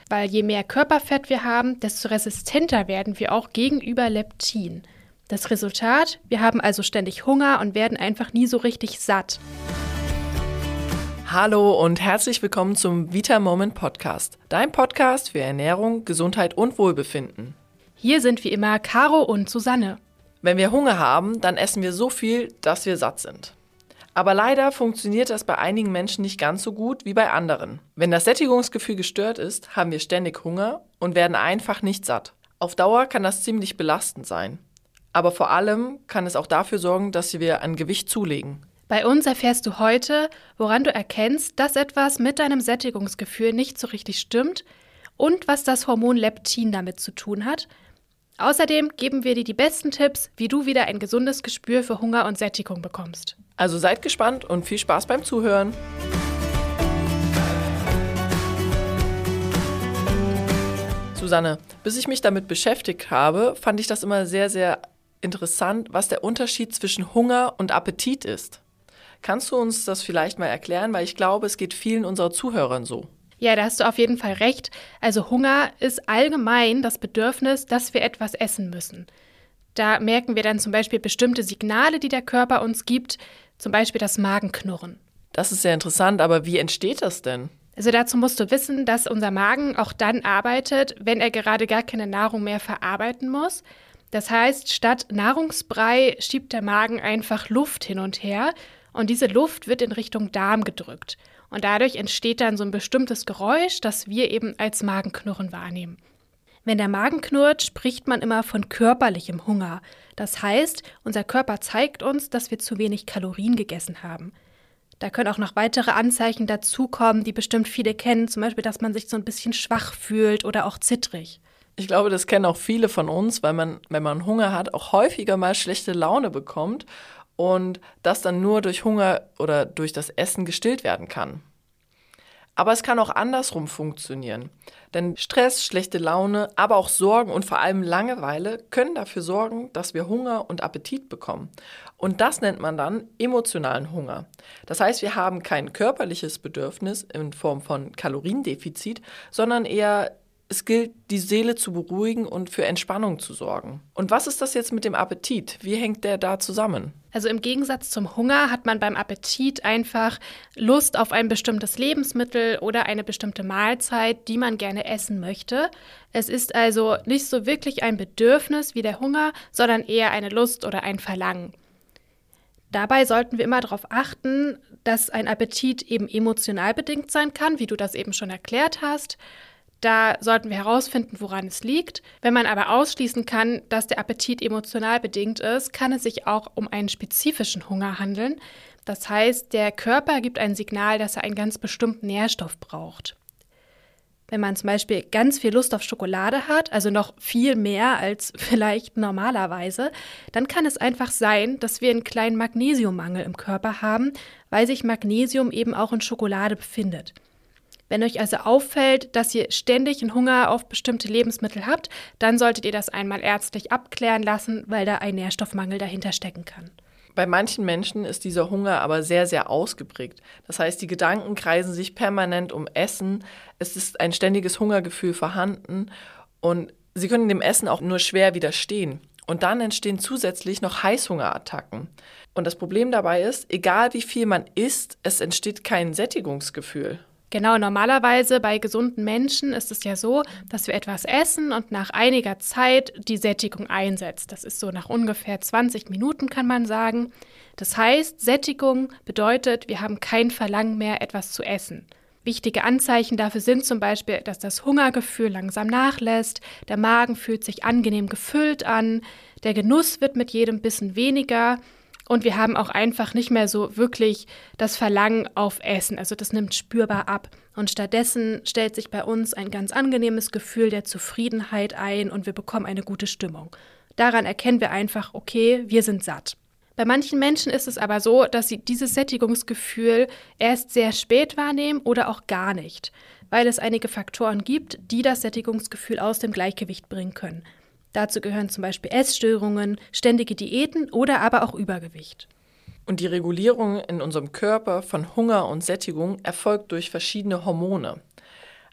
weil je mehr Körperfett wir haben, desto resistenter werden wir auch gegenüber Leptin. Das Resultat, wir haben also ständig Hunger und werden einfach nie so richtig satt. Hallo und herzlich willkommen zum Vita Moment Podcast, dein Podcast für Ernährung, Gesundheit und Wohlbefinden. Hier sind wie immer Caro und Susanne. Wenn wir Hunger haben, dann essen wir so viel, dass wir satt sind. Aber leider funktioniert das bei einigen Menschen nicht ganz so gut wie bei anderen. Wenn das Sättigungsgefühl gestört ist, haben wir ständig Hunger und werden einfach nicht satt. Auf Dauer kann das ziemlich belastend sein. Aber vor allem kann es auch dafür sorgen, dass wir an Gewicht zulegen. Bei uns erfährst du heute, woran du erkennst, dass etwas mit deinem Sättigungsgefühl nicht so richtig stimmt und was das Hormon Leptin damit zu tun hat. Außerdem geben wir dir die besten Tipps, wie du wieder ein gesundes Gespür für Hunger und Sättigung bekommst. Also seid gespannt und viel Spaß beim Zuhören. Susanne, bis ich mich damit beschäftigt habe, fand ich das immer sehr, sehr interessant, was der Unterschied zwischen Hunger und Appetit ist. Kannst du uns das vielleicht mal erklären? Weil ich glaube, es geht vielen unserer Zuhörern so. Ja, da hast du auf jeden Fall recht. Also Hunger ist allgemein das Bedürfnis, dass wir etwas essen müssen. Da merken wir dann zum Beispiel bestimmte Signale, die der Körper uns gibt, zum Beispiel das Magenknurren. Das ist sehr interessant, aber wie entsteht das denn? Also dazu musst du wissen, dass unser Magen auch dann arbeitet, wenn er gerade gar keine Nahrung mehr verarbeiten muss. Das heißt, statt Nahrungsbrei schiebt der Magen einfach Luft hin und her und diese Luft wird in Richtung Darm gedrückt. Und dadurch entsteht dann so ein bestimmtes Geräusch, das wir eben als Magenknurren wahrnehmen. Wenn der Magen knurrt, spricht man immer von körperlichem Hunger. Das heißt, unser Körper zeigt uns, dass wir zu wenig Kalorien gegessen haben. Da können auch noch weitere Anzeichen dazukommen, die bestimmt viele kennen, zum Beispiel, dass man sich so ein bisschen schwach fühlt oder auch zittrig. Ich glaube, das kennen auch viele von uns, weil man, wenn man Hunger hat, auch häufiger mal schlechte Laune bekommt und das dann nur durch Hunger oder durch das Essen gestillt werden kann. Aber es kann auch andersrum funktionieren, denn Stress, schlechte Laune, aber auch Sorgen und vor allem Langeweile können dafür sorgen, dass wir Hunger und Appetit bekommen. Und das nennt man dann emotionalen Hunger. Das heißt, wir haben kein körperliches Bedürfnis in Form von Kaloriendefizit, sondern eher es gilt, die Seele zu beruhigen und für Entspannung zu sorgen. Und was ist das jetzt mit dem Appetit? Wie hängt der da zusammen? Also im Gegensatz zum Hunger hat man beim Appetit einfach Lust auf ein bestimmtes Lebensmittel oder eine bestimmte Mahlzeit, die man gerne essen möchte. Es ist also nicht so wirklich ein Bedürfnis wie der Hunger, sondern eher eine Lust oder ein Verlangen. Dabei sollten wir immer darauf achten, dass ein Appetit eben emotional bedingt sein kann, wie du das eben schon erklärt hast. Da sollten wir herausfinden, woran es liegt. Wenn man aber ausschließen kann, dass der Appetit emotional bedingt ist, kann es sich auch um einen spezifischen Hunger handeln. Das heißt, der Körper gibt ein Signal, dass er einen ganz bestimmten Nährstoff braucht. Wenn man zum Beispiel ganz viel Lust auf Schokolade hat, also noch viel mehr als vielleicht normalerweise, dann kann es einfach sein, dass wir einen kleinen Magnesiummangel im Körper haben, weil sich Magnesium eben auch in Schokolade befindet. Wenn euch also auffällt, dass ihr ständig einen Hunger auf bestimmte Lebensmittel habt, dann solltet ihr das einmal ärztlich abklären lassen, weil da ein Nährstoffmangel dahinter stecken kann. Bei manchen Menschen ist dieser Hunger aber sehr, sehr ausgeprägt. Das heißt, die Gedanken kreisen sich permanent um Essen. Es ist ein ständiges Hungergefühl vorhanden und sie können dem Essen auch nur schwer widerstehen. Und dann entstehen zusätzlich noch Heißhungerattacken. Und das Problem dabei ist, egal wie viel man isst, es entsteht kein Sättigungsgefühl. Genau, normalerweise bei gesunden Menschen ist es ja so, dass wir etwas essen und nach einiger Zeit die Sättigung einsetzt. Das ist so nach ungefähr 20 Minuten, kann man sagen. Das heißt, Sättigung bedeutet, wir haben kein Verlangen mehr, etwas zu essen. Wichtige Anzeichen dafür sind zum Beispiel, dass das Hungergefühl langsam nachlässt, der Magen fühlt sich angenehm gefüllt an, der Genuss wird mit jedem Bissen weniger. Und wir haben auch einfach nicht mehr so wirklich das Verlangen auf Essen. Also das nimmt spürbar ab. Und stattdessen stellt sich bei uns ein ganz angenehmes Gefühl der Zufriedenheit ein und wir bekommen eine gute Stimmung. Daran erkennen wir einfach, okay, wir sind satt. Bei manchen Menschen ist es aber so, dass sie dieses Sättigungsgefühl erst sehr spät wahrnehmen oder auch gar nicht, weil es einige Faktoren gibt, die das Sättigungsgefühl aus dem Gleichgewicht bringen können. Dazu gehören zum Beispiel Essstörungen, ständige Diäten oder aber auch Übergewicht. Und die Regulierung in unserem Körper von Hunger und Sättigung erfolgt durch verschiedene Hormone.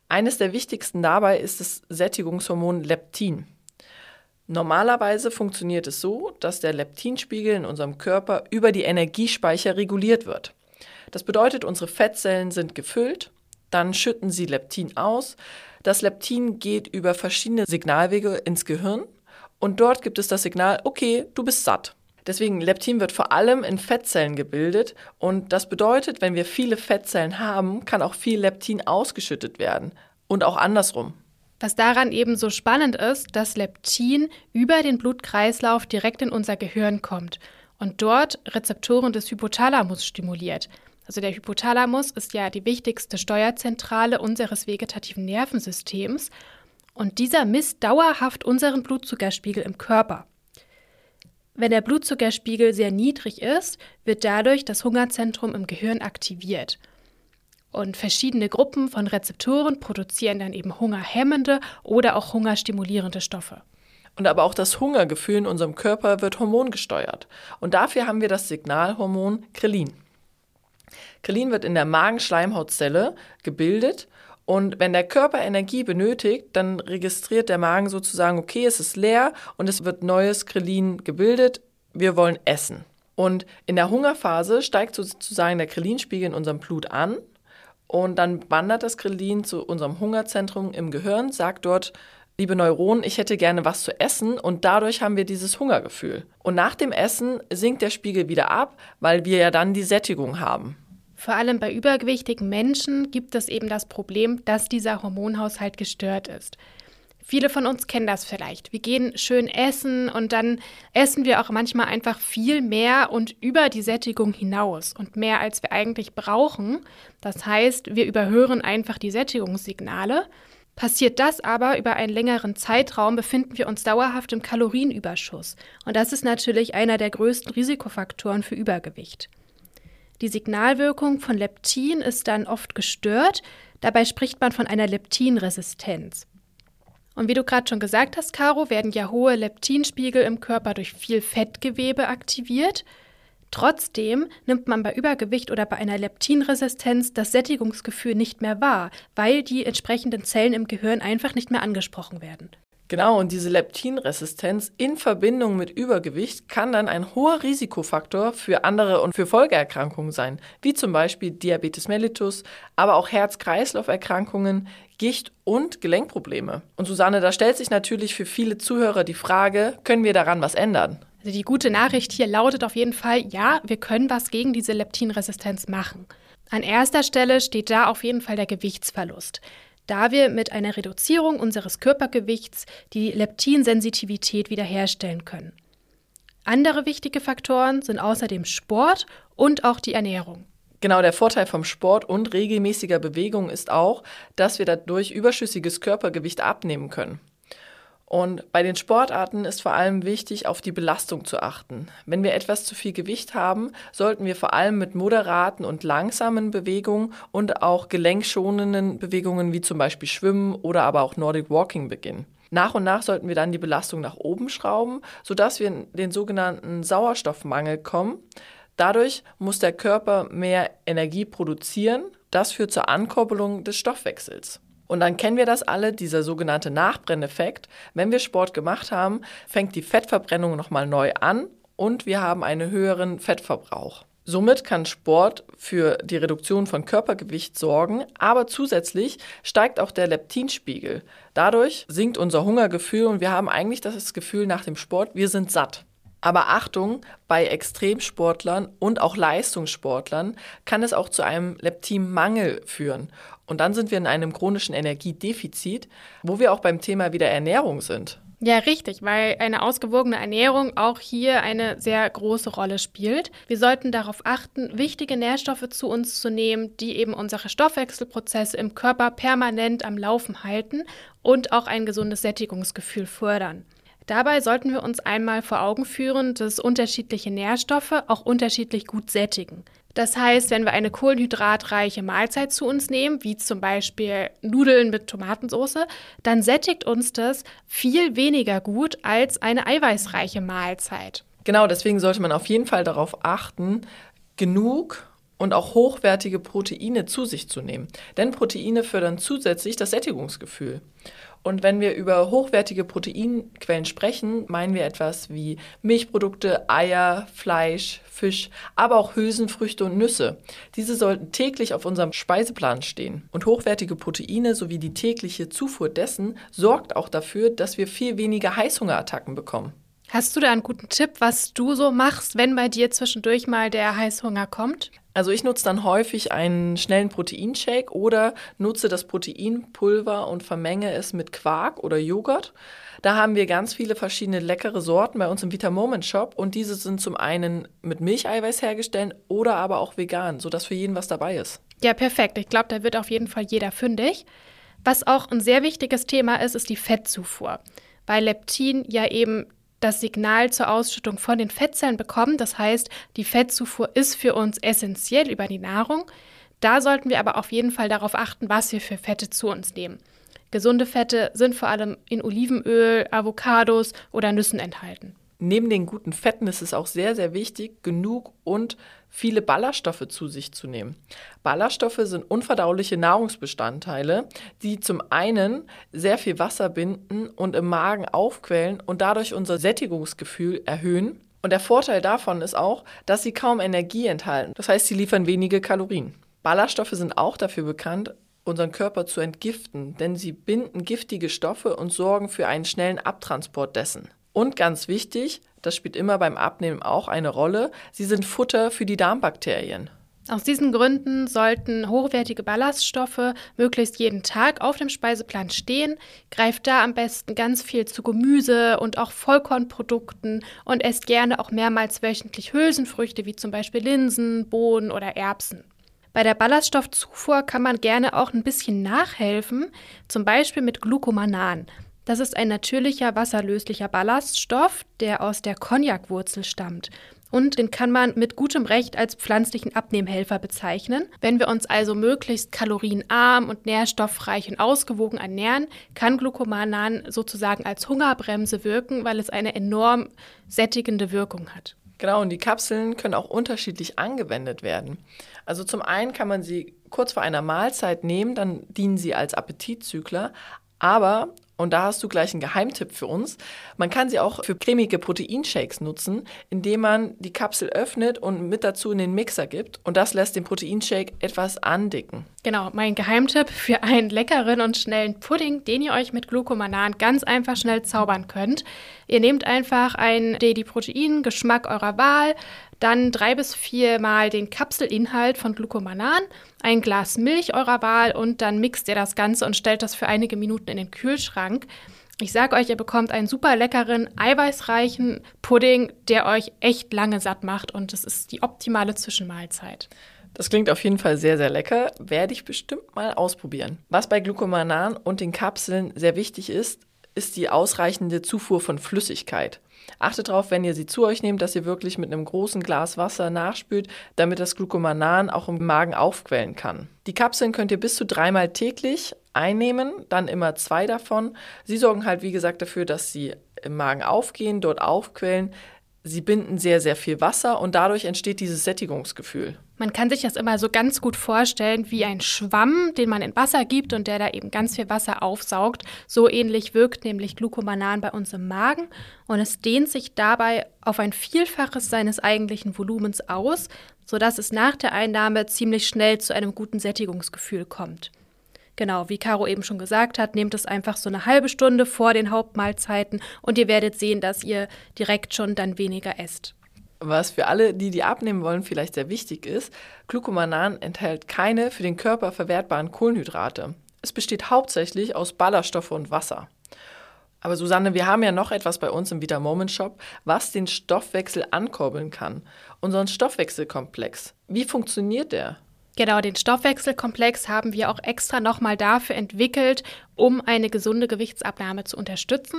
Eines der wichtigsten dabei ist das Sättigungshormon Leptin. Normalerweise funktioniert es so, dass der Leptinspiegel in unserem Körper über die Energiespeicher reguliert wird. Das bedeutet, unsere Fettzellen sind gefüllt, dann schütten sie Leptin aus. Das Leptin geht über verschiedene Signalwege ins Gehirn und dort gibt es das Signal, okay, du bist satt. Deswegen, Leptin wird vor allem in Fettzellen gebildet und das bedeutet, wenn wir viele Fettzellen haben, kann auch viel Leptin ausgeschüttet werden und auch andersrum. Was daran eben so spannend ist, dass Leptin über den Blutkreislauf direkt in unser Gehirn kommt und dort Rezeptoren des Hypothalamus stimuliert. Also der Hypothalamus ist ja die wichtigste Steuerzentrale unseres vegetativen Nervensystems und dieser misst dauerhaft unseren Blutzuckerspiegel im Körper. Wenn der Blutzuckerspiegel sehr niedrig ist, wird dadurch das Hungerzentrum im Gehirn aktiviert. Und verschiedene Gruppen von Rezeptoren produzieren dann eben hungerhemmende oder auch hungerstimulierende Stoffe. Und aber auch das Hungergefühl in unserem Körper wird hormongesteuert. Und dafür haben wir das Signalhormon Grelin. Grelin wird in der Magenschleimhautzelle gebildet. Und wenn der Körper Energie benötigt, dann registriert der Magen sozusagen, okay, es ist leer und es wird neues Grelin gebildet, wir wollen essen. Und in der Hungerphase steigt sozusagen der Grelinspiegel in unserem Blut an. Und dann wandert das Grelin zu unserem Hungerzentrum im Gehirn, sagt dort, liebe Neuronen, ich hätte gerne was zu essen und dadurch haben wir dieses Hungergefühl. Und nach dem Essen sinkt der Spiegel wieder ab, weil wir ja dann die Sättigung haben. Vor allem bei übergewichtigen Menschen gibt es eben das Problem, dass dieser Hormonhaushalt gestört ist. Viele von uns kennen das vielleicht. Wir gehen schön essen und dann essen wir auch manchmal einfach viel mehr und über die Sättigung hinaus und mehr, als wir eigentlich brauchen. Das heißt, wir überhören einfach die Sättigungssignale. Passiert das aber über einen längeren Zeitraum, befinden wir uns dauerhaft im Kalorienüberschuss. Und das ist natürlich einer der größten Risikofaktoren für Übergewicht. Die Signalwirkung von Leptin ist dann oft gestört. Dabei spricht man von einer Leptinresistenz. Und wie du gerade schon gesagt hast, Caro, werden ja hohe Leptinspiegel im Körper durch viel Fettgewebe aktiviert. Trotzdem nimmt man bei Übergewicht oder bei einer Leptinresistenz das Sättigungsgefühl nicht mehr wahr, weil die entsprechenden Zellen im Gehirn einfach nicht mehr angesprochen werden. Genau, und diese Leptinresistenz in Verbindung mit Übergewicht kann dann ein hoher Risikofaktor für andere und für Folgeerkrankungen sein, wie zum Beispiel Diabetes mellitus, aber auch Herz-Kreislauf-Erkrankungen, Gicht und Gelenkprobleme. Und Susanne, da stellt sich natürlich für viele Zuhörer die Frage, können wir daran was ändern? Also die gute Nachricht hier lautet auf jeden Fall, ja, wir können was gegen diese Leptinresistenz machen. An erster Stelle steht da auf jeden Fall der Gewichtsverlust, da wir mit einer Reduzierung unseres Körpergewichts die Leptinsensitivität wiederherstellen können. Andere wichtige Faktoren sind außerdem Sport und auch die Ernährung. Genau, der Vorteil vom Sport und regelmäßiger Bewegung ist auch, dass wir dadurch überschüssiges Körpergewicht abnehmen können. Und bei den Sportarten ist vor allem wichtig, auf die Belastung zu achten. Wenn wir etwas zu viel Gewicht haben, sollten wir vor allem mit moderaten und langsamen Bewegungen und auch gelenkschonenden Bewegungen wie zum Beispiel Schwimmen oder aber auch Nordic Walking beginnen. Nach und nach sollten wir dann die Belastung nach oben schrauben, sodass wir in den sogenannten Sauerstoffmangel kommen. Dadurch muss der Körper mehr Energie produzieren. Das führt zur Ankurbelung des Stoffwechsels. Und dann kennen wir das alle, dieser sogenannte Nachbrenneffekt. Wenn wir Sport gemacht haben, fängt die Fettverbrennung nochmal neu an und wir haben einen höheren Fettverbrauch. Somit kann Sport für die Reduktion von Körpergewicht sorgen, aber zusätzlich steigt auch der Leptinspiegel. Dadurch sinkt unser Hungergefühl und wir haben eigentlich das Gefühl nach dem Sport, wir sind satt. Aber Achtung, bei Extremsportlern und auch Leistungssportlern kann es auch zu einem Leptinmangel führen. Und dann sind wir in einem chronischen Energiedefizit, wo wir auch beim Thema wieder Ernährung sind. Ja, richtig, weil eine ausgewogene Ernährung auch hier eine sehr große Rolle spielt. Wir sollten darauf achten, wichtige Nährstoffe zu uns zu nehmen, die eben unsere Stoffwechselprozesse im Körper permanent am Laufen halten und auch ein gesundes Sättigungsgefühl fördern. Dabei sollten wir uns einmal vor Augen führen, dass unterschiedliche Nährstoffe auch unterschiedlich gut sättigen. Das heißt, wenn wir eine kohlenhydratreiche Mahlzeit zu uns nehmen, wie zum Beispiel Nudeln mit Tomatensauce, dann sättigt uns das viel weniger gut als eine eiweißreiche Mahlzeit. Genau, deswegen sollte man auf jeden Fall darauf achten, genug und auch hochwertige Proteine zu sich zu nehmen. Denn Proteine fördern zusätzlich das Sättigungsgefühl. Und wenn wir über hochwertige Proteinquellen sprechen, meinen wir etwas wie Milchprodukte, Eier, Fleisch, Fisch, aber auch Hülsenfrüchte und Nüsse. Diese sollten täglich auf unserem Speiseplan stehen. Und hochwertige Proteine sowie die tägliche Zufuhr dessen sorgt auch dafür, dass wir viel weniger Heißhungerattacken bekommen. Hast du da einen guten Tipp, was du so machst, wenn bei dir zwischendurch mal der Heißhunger kommt? Also ich nutze dann häufig einen schnellen Proteinshake oder nutze das Proteinpulver und vermenge es mit Quark oder Joghurt. Da haben wir ganz viele verschiedene leckere Sorten bei uns im Vitamoment-Shop und diese sind zum einen mit Milcheiweiß hergestellt oder aber auch vegan, sodass für jeden was dabei ist. Ja, perfekt. Ich glaube, da wird auf jeden Fall jeder fündig. Was auch ein sehr wichtiges Thema ist, ist die Fettzufuhr, weil Leptin ja eben das Signal zur Ausschüttung von den Fettzellen bekommen. Das heißt, die Fettzufuhr ist für uns essentiell über die Nahrung. Da sollten wir aber auf jeden Fall darauf achten, was wir für Fette zu uns nehmen. Gesunde Fette sind vor allem in Olivenöl, Avocados oder Nüssen enthalten. Neben den guten Fetten ist es auch sehr, sehr wichtig, genug und viele Ballaststoffe zu sich zu nehmen. Ballaststoffe sind unverdauliche Nahrungsbestandteile, die zum einen sehr viel Wasser binden und im Magen aufquellen und dadurch unser Sättigungsgefühl erhöhen. Und der Vorteil davon ist auch, dass sie kaum Energie enthalten. Das heißt, sie liefern wenige Kalorien. Ballaststoffe sind auch dafür bekannt, unseren Körper zu entgiften, denn sie binden giftige Stoffe und sorgen für einen schnellen Abtransport dessen. Und ganz wichtig, das spielt immer beim Abnehmen auch eine Rolle, sie sind Futter für die Darmbakterien. Aus diesen Gründen sollten hochwertige Ballaststoffe möglichst jeden Tag auf dem Speiseplan stehen. Greift da am besten ganz viel zu Gemüse und auch Vollkornprodukten und esst gerne auch mehrmals wöchentlich Hülsenfrüchte wie zum Beispiel Linsen, Bohnen oder Erbsen. Bei der Ballaststoffzufuhr kann man gerne auch ein bisschen nachhelfen, zum Beispiel mit Glucomannan. Das ist ein natürlicher wasserlöslicher Ballaststoff, der aus der Cognac-Wurzel stammt. Und den kann man mit gutem Recht als pflanzlichen Abnehmhelfer bezeichnen. Wenn wir uns also möglichst kalorienarm und nährstoffreich und ausgewogen ernähren, kann Glucomannan sozusagen als Hungerbremse wirken, weil es eine enorm sättigende Wirkung hat. Genau, und die Kapseln können auch unterschiedlich angewendet werden. Also zum einen kann man sie kurz vor einer Mahlzeit nehmen, dann dienen sie als Appetitzügler, aber, und da hast du gleich einen Geheimtipp für uns, man kann sie auch für cremige Proteinshakes nutzen, indem man die Kapsel öffnet und mit dazu in den Mixer gibt. Und das lässt den Proteinshake etwas andicken. Genau, mein Geheimtipp für einen leckeren und schnellen Pudding, den ihr euch mit Glucomannan ganz einfach schnell zaubern könnt. Ihr nehmt einfach ein Dedi-Protein, Geschmack eurer Wahl, dann 3 bis 4 Mal den Kapselinhalt von Glucomannan, ein Glas Milch eurer Wahl und dann mixt ihr das Ganze und stellt das für einige Minuten in den Kühlschrank. Ich sage euch, ihr bekommt einen super leckeren, eiweißreichen Pudding, der euch echt lange satt macht und es ist die optimale Zwischenmahlzeit. Das klingt auf jeden Fall sehr, sehr lecker. Werde ich bestimmt mal ausprobieren. Was bei Glucomannan und den Kapseln sehr wichtig ist, ist die ausreichende Zufuhr von Flüssigkeit. Achtet darauf, wenn ihr sie zu euch nehmt, dass ihr wirklich mit einem großen Glas Wasser nachspült, damit das Glucomannan auch im Magen aufquellen kann. Die Kapseln könnt ihr bis zu 3-mal täglich einnehmen, dann immer 2 davon. Sie sorgen halt, wie gesagt, dafür, dass sie im Magen aufgehen, dort aufquellen. Sie binden sehr, sehr viel Wasser und dadurch entsteht dieses Sättigungsgefühl. Man kann sich das immer so ganz gut vorstellen wie ein Schwamm, den man in Wasser gibt und der da eben ganz viel Wasser aufsaugt. So ähnlich wirkt nämlich Glucomannan bei uns im Magen und es dehnt sich dabei auf ein Vielfaches seines eigentlichen Volumens aus, sodass es nach der Einnahme ziemlich schnell zu einem guten Sättigungsgefühl kommt. Genau, wie Caro eben schon gesagt hat, nehmt es einfach so eine halbe Stunde vor den Hauptmahlzeiten und ihr werdet sehen, dass ihr direkt schon dann weniger esst. Was für alle, die abnehmen wollen, vielleicht sehr wichtig ist, Glucomannan enthält keine für den Körper verwertbaren Kohlenhydrate. Es besteht hauptsächlich aus Ballaststoffe und Wasser. Aber Susanne, wir haben ja noch etwas bei uns im Vitamoment-Shop, was den Stoffwechsel ankurbeln kann. Unseren Stoffwechselkomplex. Wie funktioniert der? Genau, den Stoffwechselkomplex haben wir auch extra nochmal dafür entwickelt, um eine gesunde Gewichtsabnahme zu unterstützen.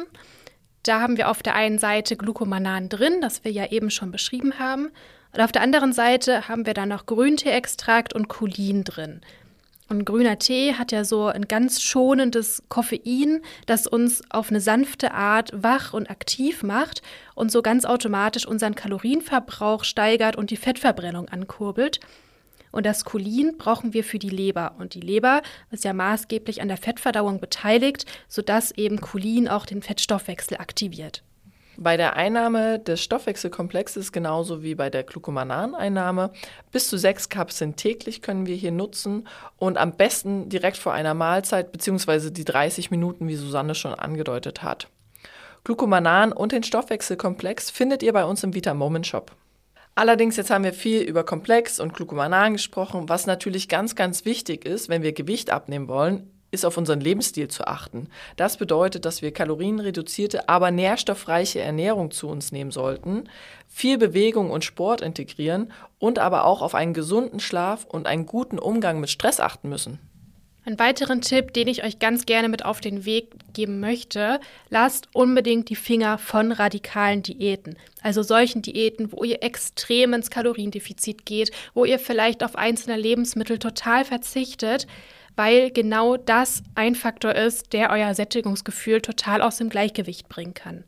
Da haben wir auf der einen Seite Glucomannan drin, das wir ja eben schon beschrieben haben. Und auf der anderen Seite haben wir dann noch Grünteeextrakt und Cholin drin. Und grüner Tee hat ja so ein ganz schonendes Koffein, das uns auf eine sanfte Art wach und aktiv macht und so ganz automatisch unseren Kalorienverbrauch steigert und die Fettverbrennung ankurbelt. Und das Cholin brauchen wir für die Leber. Und die Leber ist ja maßgeblich an der Fettverdauung beteiligt, sodass eben Cholin auch den Fettstoffwechsel aktiviert. Bei der Einnahme des Stoffwechselkomplexes, genauso wie bei der Glucomanan-Einnahme, bis zu 6 Kapseln täglich können wir hier nutzen und am besten direkt vor einer Mahlzeit bzw. die 30 Minuten, wie Susanne schon angedeutet hat. Glucomanan und den Stoffwechselkomplex findet ihr bei uns im Vita-Moment Shop. Allerdings, jetzt haben wir viel über Komplex und Glucomanan gesprochen. Was natürlich ganz, ganz wichtig ist, wenn wir Gewicht abnehmen wollen, ist auf unseren Lebensstil zu achten. Das bedeutet, dass wir kalorienreduzierte, aber nährstoffreiche Ernährung zu uns nehmen sollten, viel Bewegung und Sport integrieren und aber auch auf einen gesunden Schlaf und einen guten Umgang mit Stress achten müssen. Einen weiteren Tipp, den ich euch ganz gerne mit auf den Weg geben möchte: Lasst unbedingt die Finger von radikalen Diäten. Also solchen Diäten, wo ihr extrem ins Kaloriendefizit geht, wo ihr vielleicht auf einzelne Lebensmittel total verzichtet, weil genau das ein Faktor ist, der euer Sättigungsgefühl total aus dem Gleichgewicht bringen kann.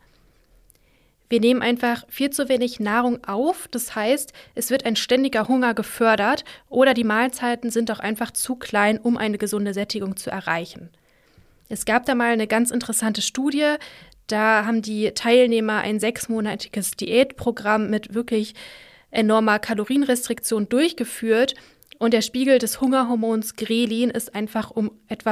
Wir nehmen einfach viel zu wenig Nahrung auf, das heißt, es wird ein ständiger Hunger gefördert oder die Mahlzeiten sind auch einfach zu klein, um eine gesunde Sättigung zu erreichen. Es gab da mal eine ganz interessante Studie, da haben die Teilnehmer ein 6-monatiges Diätprogramm mit wirklich enormer Kalorienrestriktion durchgeführt. Und der Spiegel des Hungerhormons Grelin ist einfach um etwa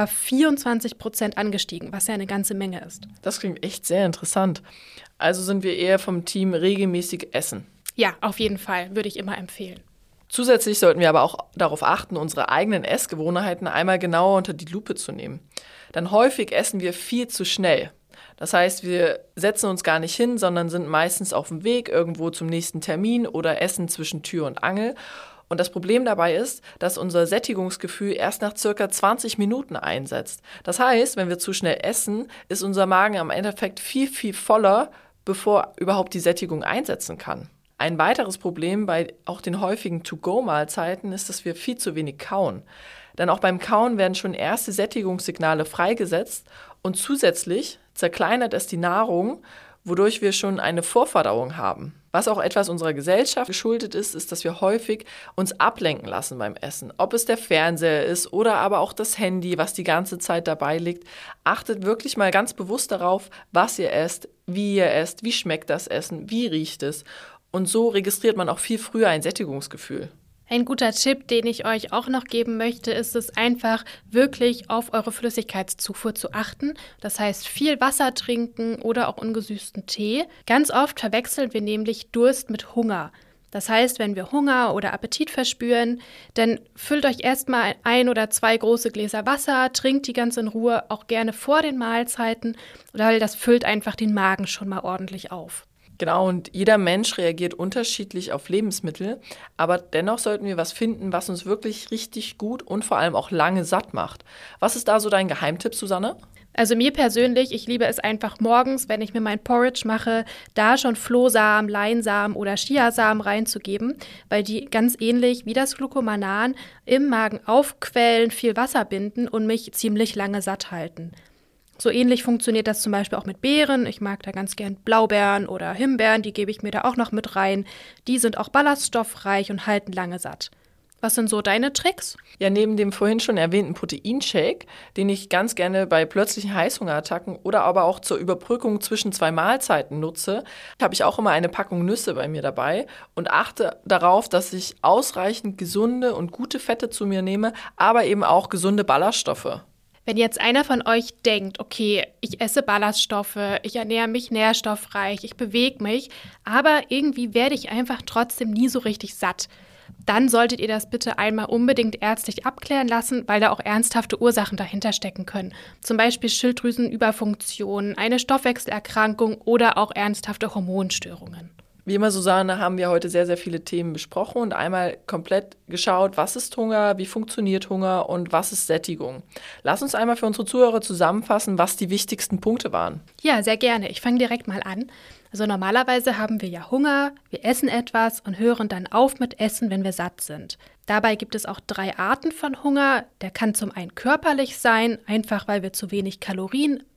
24% angestiegen, was ja eine ganze Menge ist. Das klingt echt sehr interessant. Also sind wir eher vom Team regelmäßig essen. Ja, auf jeden Fall, würde ich immer empfehlen. Zusätzlich sollten wir aber auch darauf achten, unsere eigenen Essgewohnheiten einmal genauer unter die Lupe zu nehmen. Denn häufig essen wir viel zu schnell. Das heißt, wir setzen uns gar nicht hin, sondern sind meistens auf dem Weg irgendwo zum nächsten Termin oder essen zwischen Tür und Angel. Und das Problem dabei ist, dass unser Sättigungsgefühl erst nach circa 20 Minuten einsetzt. Das heißt, wenn wir zu schnell essen, ist unser Magen am Endeffekt viel, viel voller, bevor überhaupt die Sättigung einsetzen kann. Ein weiteres Problem bei auch den häufigen To-Go-Mahlzeiten ist, dass wir viel zu wenig kauen. Denn auch beim Kauen werden schon erste Sättigungssignale freigesetzt und zusätzlich zerkleinert es die Nahrung, wodurch wir schon eine Vorverdauung haben. Was auch etwas unserer Gesellschaft geschuldet ist, ist, dass wir häufig uns ablenken lassen beim Essen. Ob es der Fernseher ist oder aber auch das Handy, was die ganze Zeit dabei liegt. Achtet wirklich mal ganz bewusst darauf, was ihr esst, wie schmeckt das Essen, wie riecht es. Und so registriert man auch viel früher ein Sättigungsgefühl. Ein guter Tipp, den ich euch auch noch geben möchte, ist es einfach wirklich auf eure Flüssigkeitszufuhr zu achten. Das heißt, viel Wasser trinken oder auch ungesüßten Tee. Ganz oft verwechseln wir nämlich Durst mit Hunger. Das heißt, wenn wir Hunger oder Appetit verspüren, dann füllt euch erstmal 1 oder 2 große Gläser Wasser, trinkt die ganz in Ruhe, auch gerne vor den Mahlzeiten, weil das füllt einfach den Magen schon mal ordentlich auf. Genau, und jeder Mensch reagiert unterschiedlich auf Lebensmittel, aber dennoch sollten wir was finden, was uns wirklich richtig gut und vor allem auch lange satt macht. Was ist da so dein Geheimtipp, Susanne? Also mir persönlich, ich liebe es einfach morgens, wenn ich mir mein Porridge mache, da schon Flohsamen, Leinsamen oder Chiasamen reinzugeben, weil die ganz ähnlich wie das Glucomanan im Magen aufquellen, viel Wasser binden und mich ziemlich lange satt halten. So ähnlich funktioniert das zum Beispiel auch mit Beeren. Ich mag da ganz gern Blaubeeren oder Himbeeren, die gebe ich mir da auch noch mit rein. Die sind auch ballaststoffreich und halten lange satt. Was sind so deine Tricks? Ja, neben dem vorhin schon erwähnten Proteinshake, den ich ganz gerne bei plötzlichen Heißhungerattacken oder aber auch zur Überbrückung zwischen 2 Mahlzeiten nutze, habe ich auch immer eine Packung Nüsse bei mir dabei und achte darauf, dass ich ausreichend gesunde und gute Fette zu mir nehme, aber eben auch gesunde Ballaststoffe. Wenn jetzt einer von euch denkt, okay, ich esse Ballaststoffe, ich ernähre mich nährstoffreich, ich bewege mich, aber irgendwie werde ich einfach trotzdem nie so richtig satt, dann solltet ihr das bitte einmal unbedingt ärztlich abklären lassen, weil da auch ernsthafte Ursachen dahinter stecken können. Zum Beispiel Schilddrüsenüberfunktion, eine Stoffwechselerkrankung oder auch ernsthafte Hormonstörungen. Wie immer, Susanne, haben wir heute sehr, sehr viele Themen besprochen und einmal komplett geschaut, was ist Hunger, wie funktioniert Hunger und was ist Sättigung. Lass uns einmal für unsere Zuhörer zusammenfassen, was die wichtigsten Punkte waren. Ja, sehr gerne. Ich fange direkt mal an. Also normalerweise haben wir ja Hunger, wir essen etwas und hören dann auf mit Essen, wenn wir satt sind. Dabei gibt es auch 3 Arten von Hunger. Der kann zum einen körperlich sein, einfach weil wir zu wenig Kalorien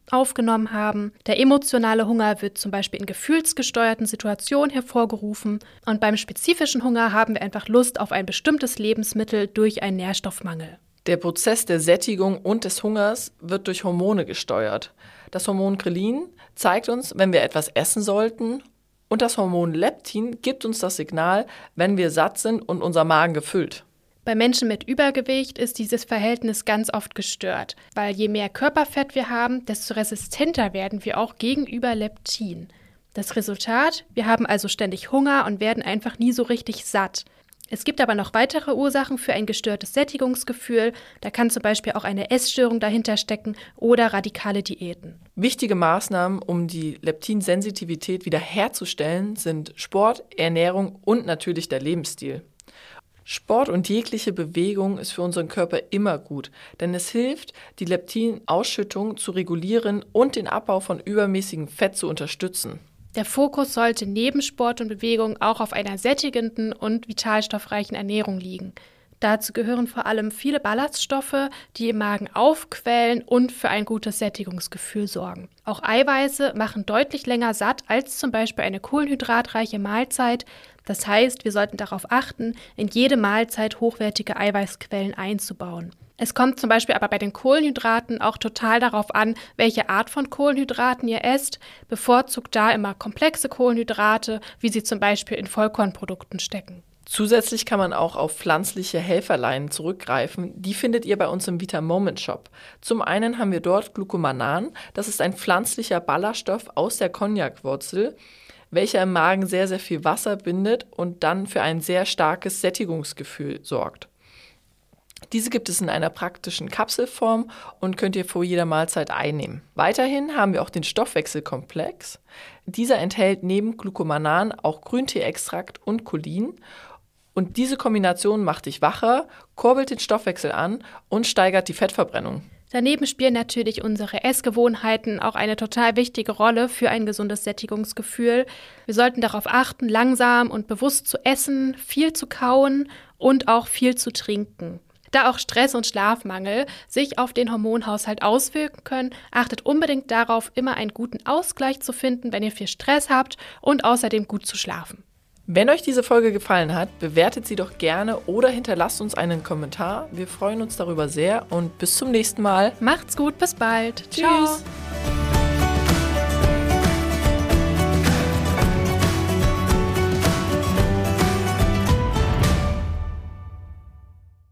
aufgenommen haben. Der emotionale Hunger wird zum Beispiel in gefühlsgesteuerten Situationen hervorgerufen. Und beim spezifischen Hunger haben wir einfach Lust auf ein bestimmtes Lebensmittel durch einen Nährstoffmangel. Der Prozess der Sättigung und des Hungers wird durch Hormone gesteuert. Das Hormon Grelin zeigt uns, wenn wir etwas essen sollten, und das Hormon Leptin gibt uns das Signal, wenn wir satt sind und unser Magen gefüllt. Bei Menschen mit Übergewicht ist dieses Verhältnis ganz oft gestört, weil je mehr Körperfett wir haben, desto resistenter werden wir auch gegenüber Leptin. Das Resultat: Wir haben also ständig Hunger und werden einfach nie so richtig satt. Es gibt aber noch weitere Ursachen für ein gestörtes Sättigungsgefühl. Da kann zum Beispiel auch eine Essstörung dahinter stecken oder radikale Diäten. Wichtige Maßnahmen, um die Leptinsensitivität wiederherzustellen, sind Sport, Ernährung und natürlich der Lebensstil. Sport und jegliche Bewegung ist für unseren Körper immer gut, denn es hilft, die Leptinausschüttung zu regulieren und den Abbau von übermäßigem Fett zu unterstützen. Der Fokus sollte neben Sport und Bewegung auch auf einer sättigenden und vitalstoffreichen Ernährung liegen. Dazu gehören vor allem viele Ballaststoffe, die im Magen aufquellen und für ein gutes Sättigungsgefühl sorgen. Auch Eiweiße machen deutlich länger satt als zum Beispiel eine kohlenhydratreiche Mahlzeit. Das heißt, wir sollten darauf achten, in jede Mahlzeit hochwertige Eiweißquellen einzubauen. Es kommt zum Beispiel aber bei den Kohlenhydraten auch total darauf an, welche Art von Kohlenhydraten ihr esst. Bevorzugt da immer komplexe Kohlenhydrate, wie sie zum Beispiel in Vollkornprodukten stecken. Zusätzlich kann man auch auf pflanzliche Helferlein zurückgreifen. Die findet ihr bei uns im Vita Moment Shop. Zum einen haben wir dort Glucomannan. Das ist ein pflanzlicher Ballaststoff aus der Cognac-Wurzel, welcher im Magen sehr, sehr viel Wasser bindet und dann für ein sehr starkes Sättigungsgefühl sorgt. Diese gibt es in einer praktischen Kapselform und könnt ihr vor jeder Mahlzeit einnehmen. Weiterhin haben wir auch den Stoffwechselkomplex. Dieser enthält neben Glucomannan auch Grünteeextrakt und Cholin. Und diese Kombination macht dich wacher, kurbelt den Stoffwechsel an und steigert die Fettverbrennung. Daneben spielen natürlich unsere Essgewohnheiten auch eine total wichtige Rolle für ein gesundes Sättigungsgefühl. Wir sollten darauf achten, langsam und bewusst zu essen, viel zu kauen und auch viel zu trinken. Da auch Stress und Schlafmangel sich auf den Hormonhaushalt auswirken können, achtet unbedingt darauf, immer einen guten Ausgleich zu finden, wenn ihr viel Stress habt und außerdem gut zu schlafen. Wenn euch diese Folge gefallen hat, bewertet sie doch gerne oder hinterlasst uns einen Kommentar. Wir freuen uns darüber sehr und bis zum nächsten Mal. Macht's gut, bis bald. Tschüss. Ciao.